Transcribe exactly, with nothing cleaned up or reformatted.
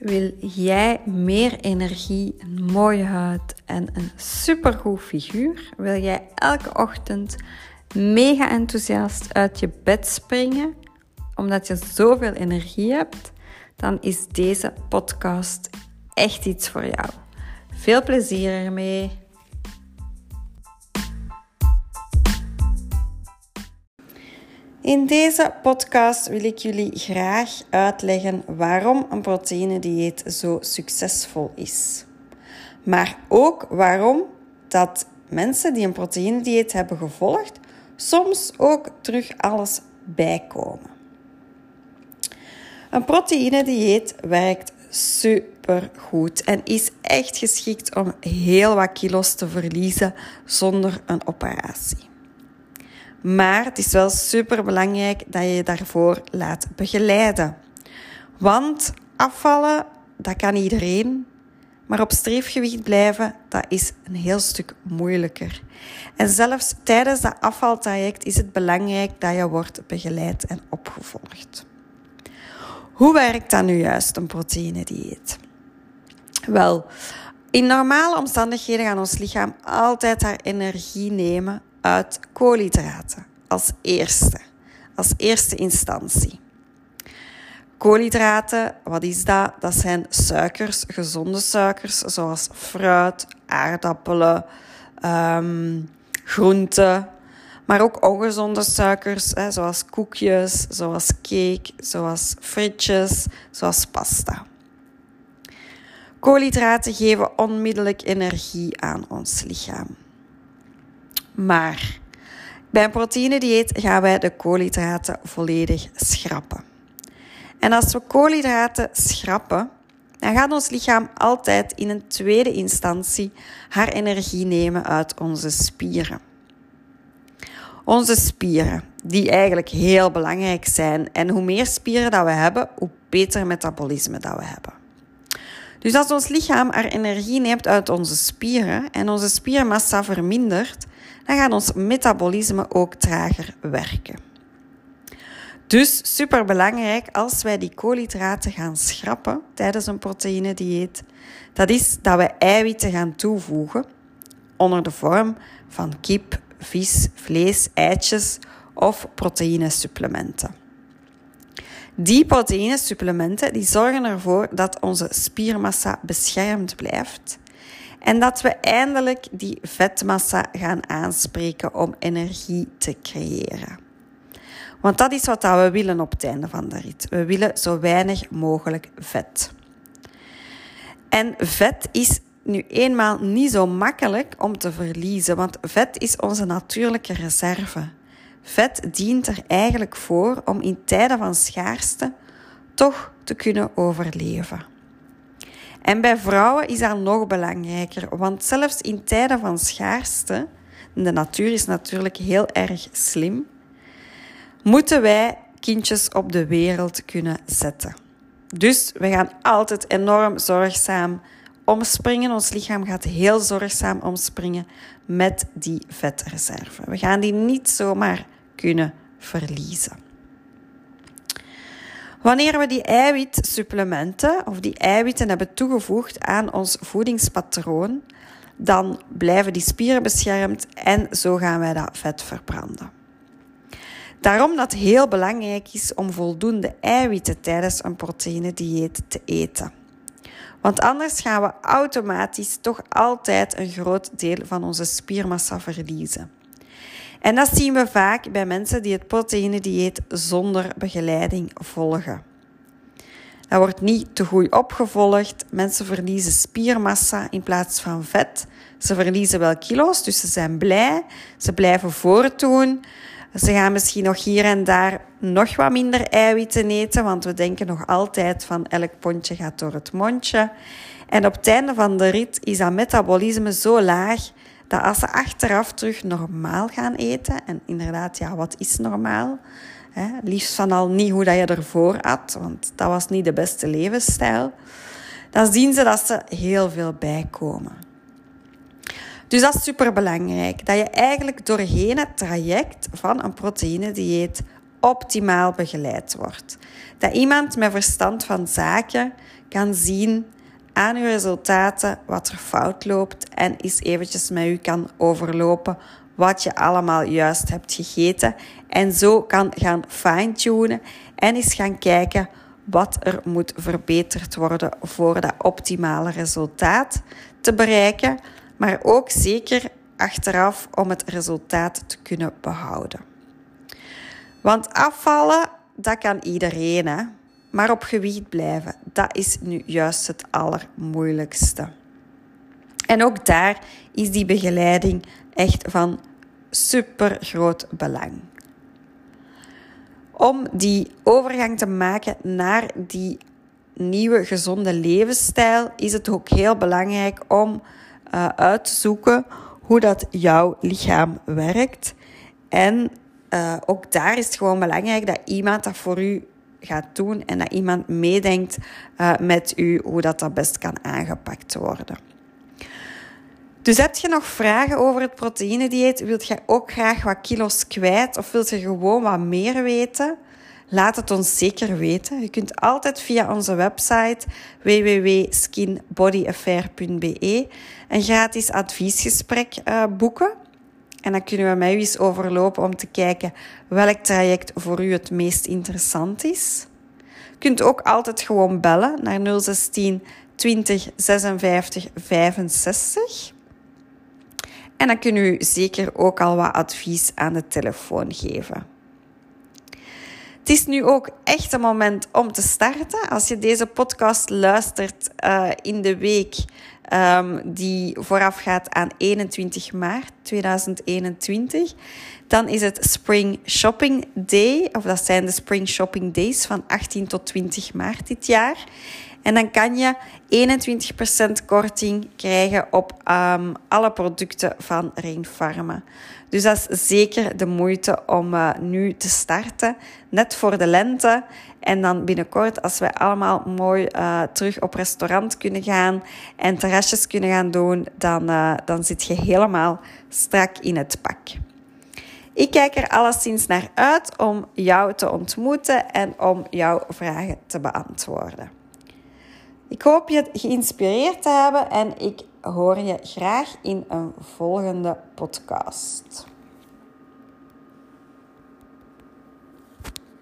Wil jij meer energie, een mooie huid en een supergoed figuur? Wil jij elke ochtend mega enthousiast uit je bed springen omdat je zoveel energie hebt? Dan is deze podcast echt iets voor jou. Veel plezier ermee! In deze podcast wil ik jullie graag uitleggen waarom een proteïnedieet zo succesvol is. Maar ook waarom dat mensen die een proteïnedieet hebben gevolgd soms ook terug alles bijkomen. Een proteïnedieet werkt supergoed en is echt geschikt om heel wat kilo's te verliezen zonder een operatie. Maar het is wel superbelangrijk dat je je daarvoor laat begeleiden. Want afvallen, dat kan iedereen. Maar op streefgewicht blijven, dat is een heel stuk moeilijker. En zelfs tijdens dat afvaltraject is het belangrijk dat je wordt begeleid en opgevolgd. Hoe werkt dat nu juist, een proteïnedieet? Wel, in normale omstandigheden gaat ons lichaam altijd haar energie nemen uit koolhydraten als eerste, als eerste instantie. Koolhydraten, wat is dat? Dat zijn suikers, gezonde suikers, zoals fruit, aardappelen, um, groenten, maar ook ongezonde suikers, hè, zoals koekjes, zoals cake, zoals frietjes, zoals pasta. Koolhydraten geven onmiddellijk energie aan ons lichaam. Maar bij een proteïnedieet gaan wij de koolhydraten volledig schrappen. En als we koolhydraten schrappen, dan gaat ons lichaam altijd in een tweede instantie haar energie nemen uit onze spieren. Onze spieren, die eigenlijk heel belangrijk zijn. En hoe meer spieren dat we hebben, hoe beter metabolisme dat we hebben. Dus als ons lichaam haar energie neemt uit onze spieren en onze spiermassa vermindert, dan gaat ons metabolisme ook trager werken. Dus superbelangrijk als wij die koolhydraten gaan schrappen tijdens een proteïnedieet, dat is dat we eiwitten gaan toevoegen onder de vorm van kip, vis, vlees, eitjes of proteïnesupplementen. Die proteïnesupplementen die zorgen ervoor dat onze spiermassa beschermd blijft en dat we eindelijk die vetmassa gaan aanspreken om energie te creëren. Want dat is wat we willen op het einde van de rit. We willen zo weinig mogelijk vet. En vet is nu eenmaal niet zo makkelijk om te verliezen, want vet is onze natuurlijke reserve. Vet dient er eigenlijk voor om in tijden van schaarste toch te kunnen overleven. En bij vrouwen is dat nog belangrijker, want zelfs in tijden van schaarste, de natuur is natuurlijk heel erg slim, moeten wij kindjes op de wereld kunnen zetten. Dus we gaan altijd enorm zorgzaam omspringen. Ons lichaam gaat heel zorgzaam omspringen met die vetreserve. We gaan die niet zomaar kunnen verliezen. Wanneer we die eiwitsupplementen of die eiwitten hebben toegevoegd aan ons voedingspatroon, dan blijven die spieren beschermd en zo gaan wij dat vet verbranden. Daarom dat het heel belangrijk is om voldoende eiwitten tijdens een proteïnedieet te eten. Want anders gaan we automatisch toch altijd een groot deel van onze spiermassa verliezen. En dat zien we vaak bij mensen die het proteïnedieet zonder begeleiding volgen. Dat wordt niet te goed opgevolgd. Mensen verliezen spiermassa in plaats van vet. Ze verliezen wel kilo's, dus ze zijn blij. Ze blijven voortdoen. Ze gaan misschien nog hier en daar nog wat minder eiwitten eten, want we denken nog altijd van elk pondje gaat door het mondje. En op het einde van de rit is dat metabolisme zo laag dat als ze achteraf terug normaal gaan eten, en inderdaad, ja, wat is normaal? Hè? Liefst van al niet hoe dat je ervoor at, want dat was niet de beste levensstijl. Dan zien ze dat ze heel veel bijkomen. Dus dat is superbelangrijk, dat je eigenlijk doorheen het traject van een proteïnedieet optimaal begeleid wordt. Dat iemand met verstand van zaken kan zien aan uw resultaten wat er fout loopt en eens eventjes met u kan overlopen wat je allemaal juist hebt gegeten. En zo kan gaan fine-tunen en eens gaan kijken wat er moet verbeterd worden voor dat optimale resultaat te bereiken. Maar ook zeker achteraf om het resultaat te kunnen behouden. Want afvallen, dat kan iedereen, hè? Maar op gewicht blijven, dat is nu juist het allermoeilijkste. En ook daar is die begeleiding echt van super groot belang. Om die overgang te maken naar die nieuwe gezonde levensstijl is het ook heel belangrijk om uh, uit te zoeken hoe dat jouw lichaam werkt. En uh, ook daar is het gewoon belangrijk dat iemand dat voor u gaat doen en dat iemand meedenkt uh, met u hoe dat, dat best kan aangepakt worden. Dus heb je nog vragen over het proteïnedieet? Wilt je ook graag wat kilo's kwijt of wilt je gewoon wat meer weten? Laat het ons zeker weten. Je kunt altijd via onze website w w w punt skin body affair punt b e een gratis adviesgesprek uh, boeken. En dan kunnen we met u eens overlopen om te kijken welk traject voor u het meest interessant is. Je kunt ook altijd gewoon bellen naar nul zestien twintig zesenvijftig vijfenzestig. En dan kunnen we u zeker ook al wat advies aan de telefoon geven. Het is nu ook echt een moment om te starten. Als je deze podcast luistert uh, in de week um, die voorafgaat aan eenentwintig maart tweeduizend eenentwintig, dan is het Spring Shopping Day, of dat zijn de Spring Shopping Days van achttien tot twintig maart dit jaar. En dan kan je eenentwintig procent korting krijgen op um, alle producten van Rainpharma. Dus dat is zeker de moeite om uh, nu te starten, net voor de lente. En dan binnenkort, als wij allemaal mooi uh, terug op restaurant kunnen gaan en terrasjes kunnen gaan doen, dan, uh, dan zit je helemaal strak in het pak. Ik kijk er alleszins naar uit om jou te ontmoeten en om jouw vragen te beantwoorden. Ik hoop je geïnspireerd te hebben en ik hoor je graag in een volgende podcast.